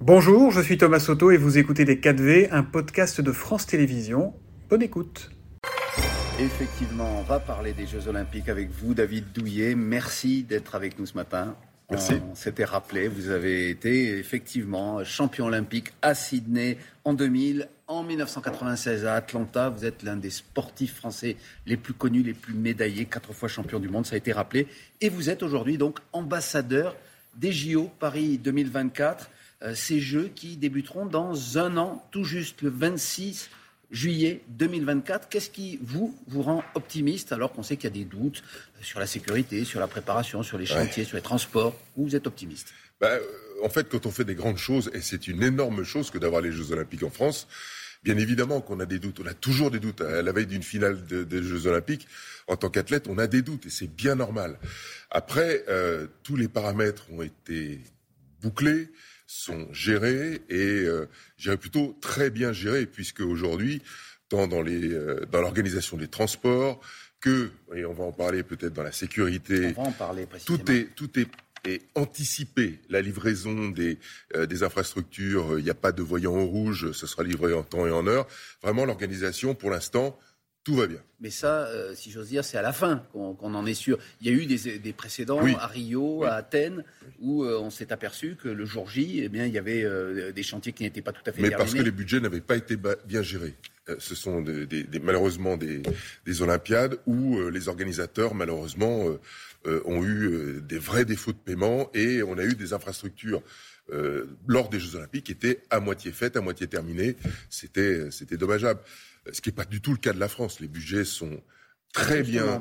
Bonjour, je suis Thomas Soto et vous écoutez Les 4V, un podcast de France Télévisions. Bonne écoute. Effectivement, on va parler des Jeux Olympiques avec vous, David Douillet. Merci d'être avec nous ce matin. Merci. On s'était rappelé, vous avez été effectivement champion olympique à Sydney en 2000, en 1996 à Atlanta. Vous êtes l'un des sportifs français les plus connus, les plus médaillés, 4 fois champion du monde, ça a été rappelé. Et vous êtes aujourd'hui donc ambassadeur des JO Paris 2024. Ces Jeux qui débuteront dans un an, tout juste le 26 juillet 2024. Qu'est-ce qui vous rend optimiste alors qu'on sait qu'il y a des doutes sur la sécurité, sur la préparation, sur les chantiers, sur les transports? Vous êtes optimiste? En fait, quand on fait des grandes choses, et c'est une énorme chose que d'avoir les Jeux Olympiques en France, bien évidemment qu'on a des doutes. On a toujours des doutes. À la veille d'une finale des Jeux Olympiques, en tant qu'athlète, on a des doutes et c'est bien normal. Après, tous les paramètres ont été bouclés, sont gérés et j'irais plutôt très bien gérés, puisque aujourd'hui, tant dans l'organisation des transports que, et on va en parler peut-être dans la sécurité, on va en parler précisément. tout est anticipé. La livraison des infrastructures, il n'y a pas de voyant au rouge, ça sera livré en temps et en heure. Vraiment, l'organisation, pour l'instant, tout va bien. Mais ça, si j'ose dire, c'est à la fin qu'on en est sûr. Il y a eu des précédents à Rio, à Athènes, où on s'est aperçu que le jour J, eh bien, il y avait des chantiers qui n'étaient pas tout à fait terminés. Mais parce que les budgets n'avaient pas été bien gérés. Ce sont malheureusement des Olympiades où les organisateurs, malheureusement, ont eu des vrais défauts de paiement et on a eu des infrastructures lors des Jeux Olympiques qui étaient à moitié faites, à moitié terminées. C'était dommageable. Ce qui n'est pas du tout le cas de la France. Les budgets sont très bien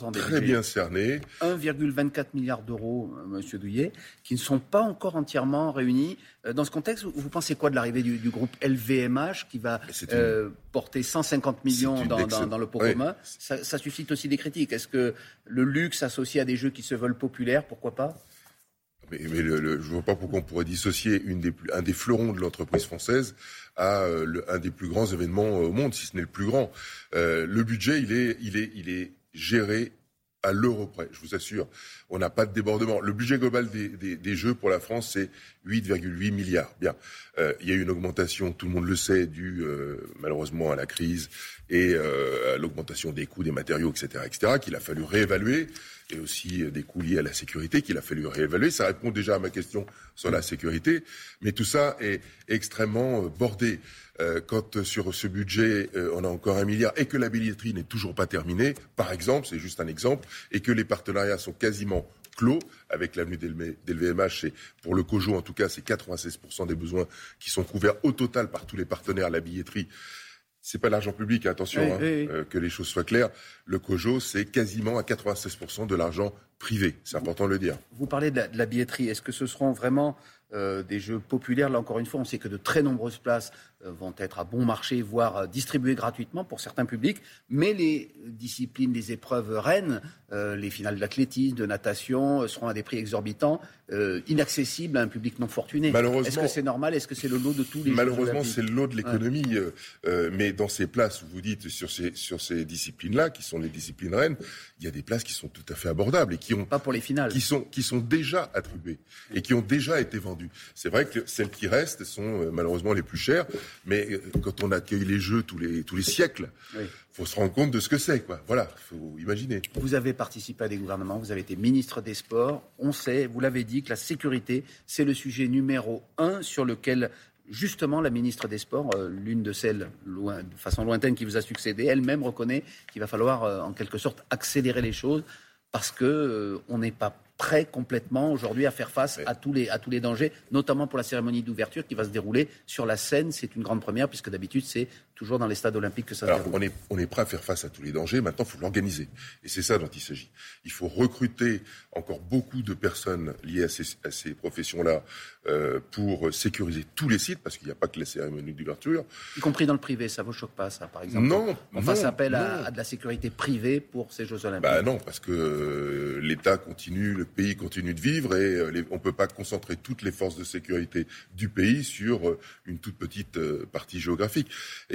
cernés. 1,24 milliard d'euros, Monsieur Douillet, qui ne sont pas encore entièrement réunis. Dans ce contexte, vous pensez quoi de l'arrivée du groupe LVMH qui va porter 150 millions dans le pot commun? Ça suscite aussi des critiques. Est-ce que le luxe associé à des jeux qui se veulent populaires, pourquoi pas? Mais je ne vois pas pourquoi on pourrait dissocier un des fleurons de l'entreprise française à un des plus grands événements au monde, si ce n'est le plus grand. Le budget, il est géré à l'euro près, je vous assure. On n'a pas de débordement. Le budget global des Jeux pour la France, c'est 8,8 milliards. Bien. Il y a eu une augmentation, tout le monde le sait, due malheureusement à la crise et à l'augmentation des coûts des matériaux, etc., qu'il a fallu réévaluer, et aussi des coûts liés à la sécurité qu'il a fallu réévaluer. Ça répond déjà à ma question sur la sécurité, mais tout ça est extrêmement bordé. Quand sur ce budget, on a encore 1 milliard et que la billetterie n'est toujours pas terminée, par exemple, c'est juste un exemple, et que les partenariats sont quasiment clos avec l'avenue d'LVMH, pour le COJO en tout cas, c'est 96% des besoins qui sont couverts au total par tous les partenaires, la billetterie. C'est pas l'argent public, attention, que les choses soient claires. Le COJO, c'est quasiment à 96% de l'argent privé. C'est important de le dire. Vous parlez de la billetterie. Est-ce que ce seront vraiment des jeux populaires? Là, encore une fois, on sait que de très nombreuses places vont être à bon marché, voire distribuées gratuitement pour certains publics. Mais les disciplines, les épreuves reines, les finales d'athlétisme, de natation, seront à des prix exorbitants, inaccessibles à un public non fortuné. Est-ce que c'est normal? Est-ce que c'est le lot de tous les Malheureusement, Jeux c'est le lot de l'économie. Mais dans ces places, vous dites, sur ces disciplines-là, qui sont les disciplines reines, il y a des places qui sont tout à fait abordables et qui ont... Pas pour les finales. Qui sont déjà attribuées et qui ont déjà été vendues. C'est vrai que celles qui restent sont malheureusement les plus chères, mais quand on accueille les Jeux tous les siècles, faut se rendre compte de ce que c'est, quoi. Voilà, faut imaginer. Vous avez participé à des gouvernements, vous avez été ministre des Sports. On sait, vous l'avez dit, que la sécurité, c'est le sujet numéro 1 sur lequel, justement, la ministre des Sports, l'une de celles, de façon lointaine, qui vous a succédé, elle-même reconnaît qu'il va falloir, en quelque sorte, accélérer les choses parce que on n'est pas prêt complètement aujourd'hui à faire face à tous les dangers, notamment pour la cérémonie d'ouverture qui va se dérouler sur la Seine. C'est une grande première puisque d'habitude c'est toujours dans les stades olympiques que ça se déroule. On est prêt à faire face à tous les dangers, maintenant il faut l'organiser. Et c'est ça dont il s'agit. Il faut recruter encore beaucoup de personnes liées à ces professions-là pour sécuriser tous les sites, parce qu'il n'y a pas que la cérémonie d'ouverture. Y compris dans le privé, ça ne vous choque pas ça, par exemple? Non. On fasse appel à de la sécurité privée pour ces Jeux olympiques? Non, parce que l'État continue, le pays continue de vivre et on ne peut pas concentrer toutes les forces de sécurité du pays sur une toute petite partie géographique.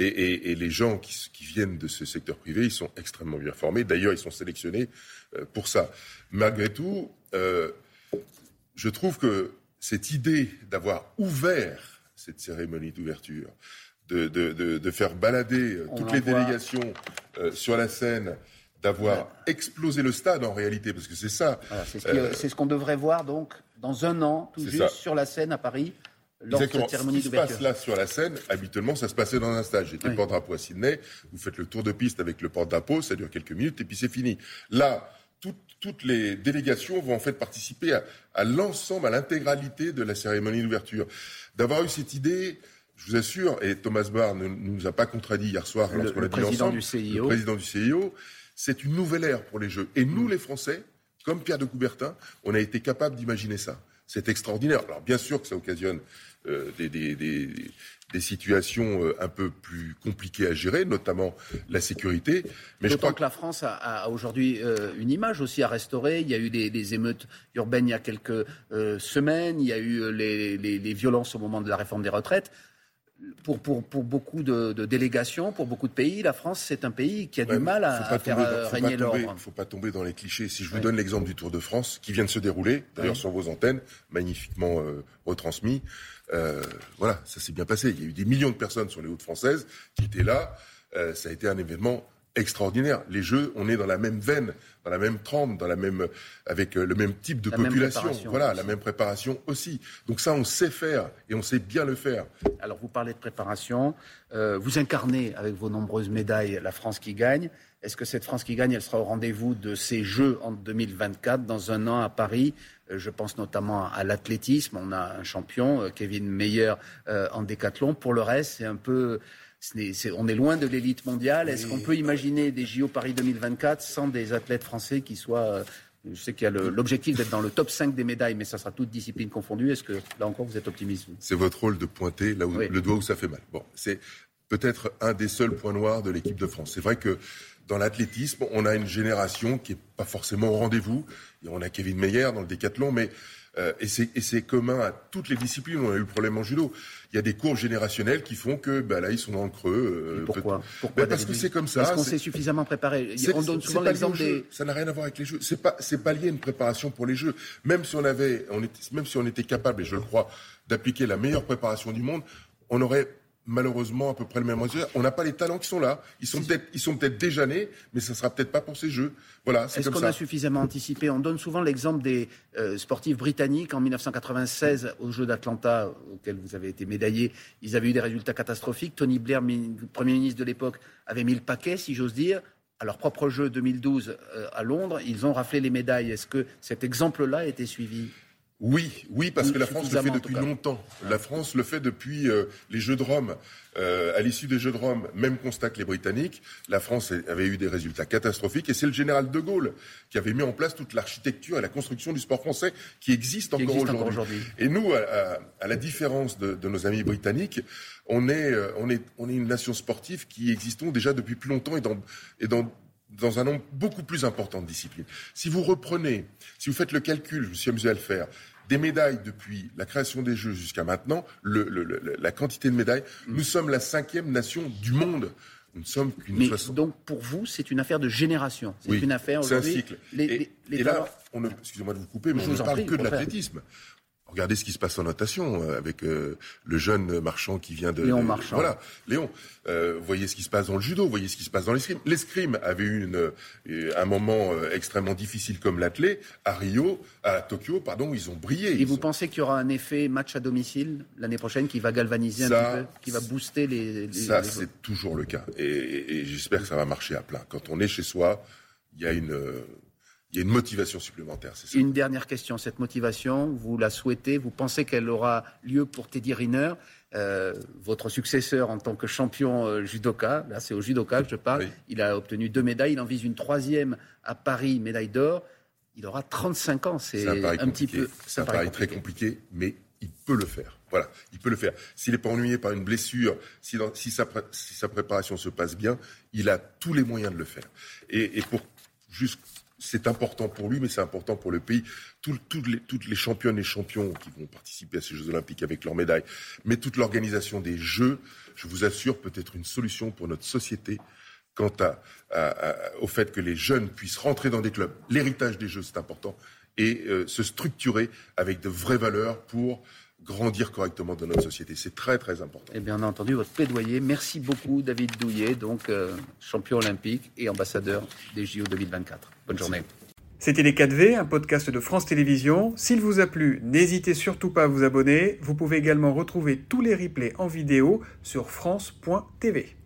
Et les gens qui viennent de ce secteur privé, ils sont extrêmement bien formés. D'ailleurs, ils sont sélectionnés pour ça. Malgré tout, je trouve que cette idée d'avoir ouvert cette cérémonie d'ouverture, de faire balader toutes les délégations sur la scène, d'avoir explosé le stade en réalité, parce que c'est ça. Voilà, c'est ce qu'on devrait voir donc dans un an, tout juste, sur la scène à Paris, lors de cette cérémonie d'ouverture. Ce qui se passe là sur la scène, habituellement, ça se passait dans un stade. J'étais porte-drapeau à Sydney, vous faites le tour de piste avec le porte-drapeau, ça dure quelques minutes et puis c'est fini. Là, toutes les délégations vont en fait participer à l'ensemble, à l'intégralité de la cérémonie d'ouverture. D'avoir eu cette idée, je vous assure, et Thomas Barr ne nous a pas contredit hier soir lorsqu'on a dit ensemble, le président du CIO, c'est une nouvelle ère pour les Jeux. Et nous, les Français, comme Pierre de Coubertin, on a été capables d'imaginer ça. C'est extraordinaire. Alors bien sûr que ça occasionne des situations un peu plus compliquées à gérer, notamment la sécurité. Mais je crois que la France a aujourd'hui une image aussi à restaurer. Il y a eu des émeutes urbaines il y a quelques semaines. Il y a eu les violences au moment de la réforme des retraites. Pour beaucoup de délégations, pour beaucoup de pays, la France, c'est un pays qui a du mal à faire régner l'ordre. Il ne faut pas tomber dans les clichés. Si je vous donne l'exemple du Tour de France, qui vient de se dérouler, d'ailleurs sur vos antennes, magnifiquement retransmis, voilà, ça s'est bien passé. Il y a eu des millions de personnes sur les routes françaises qui étaient là. Ça a été un événement extraordinaire. Les Jeux, on est dans la même veine, dans la même trempe, avec le même type de population. Voilà, la même préparation aussi. Donc ça, on sait faire et on sait bien le faire. Alors, vous parlez de préparation. Vous incarnez avec vos nombreuses médailles la France qui gagne. Est-ce que cette France qui gagne, elle sera au rendez-vous de ces Jeux en 2024, dans un an à Paris ? Je pense notamment à l'athlétisme. On a un champion, Kevin Mayer, en décathlon. Pour le reste, c'est un peu... on est loin de l'élite mondiale. Est-ce qu'on peut imaginer des JO Paris 2024 sans des athlètes français qui soient... je sais qu'il y a l'objectif d'être dans le top 5 des médailles, mais ça sera toutes disciplines confondues. Est-ce que, là encore, vous êtes optimiste, vous ? C'est votre rôle de pointer là où, le doigt où ça fait mal. Bon, c'est peut-être un des seuls points noirs de l'équipe de France. C'est vrai que dans l'athlétisme, on a une génération qui n'est pas forcément au rendez-vous. Et on a Kevin Mayer dans le décathlon, mais... et c'est commun à toutes les disciplines. On a eu le problème en judo. Il y a des courbes générationnelles qui font que là ils sont dans le creux. Pourquoi parce que c'est comme ça. Est-ce qu'on s'est suffisamment préparé ? On donne souvent l'exemple des... Ça n'a rien à voir avec les Jeux. C'est pas lié à une préparation pour les Jeux. Même si on était capable, et je le crois, d'appliquer la meilleure préparation du monde, on aurait malheureusement à peu près le même résultat. On n'a pas les talents qui sont là. Ils sont peut-être déjà nés, mais ça sera peut-être pas pour ces Jeux. Voilà, c'est comme ça. Est-ce qu'on a suffisamment anticipé ? On donne souvent l'exemple des sportifs britanniques en 1996 aux Jeux d'Atlanta, auxquels vous avez été médaillé. Ils avaient eu des résultats catastrophiques. Tony Blair, Premier ministre de l'époque, avait mis le paquet, si j'ose dire. À leur propre Jeu 2012 à Londres, ils ont raflé les médailles. Est-ce que cet exemple-là a été suivi ? Oui, parce que la France le fait depuis longtemps. La France le fait depuis les Jeux de Rome. À l'issue des Jeux de Rome, même constat que les Britanniques, la France avait eu des résultats catastrophiques et c'est le général de Gaulle qui avait mis en place toute l'architecture et la construction du sport français qui existe encore aujourd'hui. Et nous, à la différence de nos amis britanniques, on est une nation sportive qui existons déjà depuis plus longtemps et dans un nombre beaucoup plus important de disciplines. Si vous faites le calcul, je me suis amusé à le faire, des médailles depuis la création des Jeux jusqu'à maintenant, la quantité de médailles, nous sommes la 5e nation du monde. Nous ne sommes qu'une 60. Donc pour vous, c'est une affaire de génération. C'est une affaire aujourd'hui. C'est un cycle. Et là, excusez-moi de vous couper, mais on ne parle que de l'athlétisme. Regardez ce qui se passe en natation avec le jeune marchand qui vient de... Léon Marchand. Voilà, Léon. Voyez ce qui se passe dans le judo, voyez ce qui se passe dans l'escrime. L'escrime avait eu un moment extrêmement difficile comme l'athlé. À Tokyo, ils ont brillé. Et vous pensez qu'il y aura un effet match à domicile l'année prochaine qui va galvaniser un petit peu, qui va booster les... Ça, c'est toujours le cas. Et j'espère que ça va marcher à plein. Quand on est chez soi, il y a une motivation supplémentaire, c'est ça. Une dernière question. Cette motivation, vous la souhaitez ? Vous pensez qu'elle aura lieu pour Teddy Riner, votre successeur en tant que champion judoka ? Là, c'est au judoka que je parle. Oui. Il a obtenu 2 médailles. Il en vise une 3e à Paris, médaille d'or. Il aura 35 ans. C'est un petit peu... Ça paraît très compliqué, mais il peut le faire. Voilà, il peut le faire. S'il n'est pas ennuyé par une blessure, si sa préparation se passe bien, il a tous les moyens de le faire. Et pour juste... C'est important pour lui, mais c'est important pour le pays. Toutes les championnes et champions qui vont participer à ces Jeux Olympiques avec leurs médailles, mais toute l'organisation des Jeux, je vous assure, peut être une solution pour notre société quant au fait que les jeunes puissent rentrer dans des clubs. L'héritage des Jeux, c'est important, et se structurer avec de vraies valeurs pour grandir correctement dans notre société. C'est très, très important. Eh bien, on a entendu votre plaidoyer. Merci beaucoup, David Douillet, donc champion olympique et ambassadeur des JO 2024. Bonne journée. C'était Les 4V, un podcast de France Télévisions. S'il vous a plu, n'hésitez surtout pas à vous abonner. Vous pouvez également retrouver tous les replays en vidéo sur France.tv.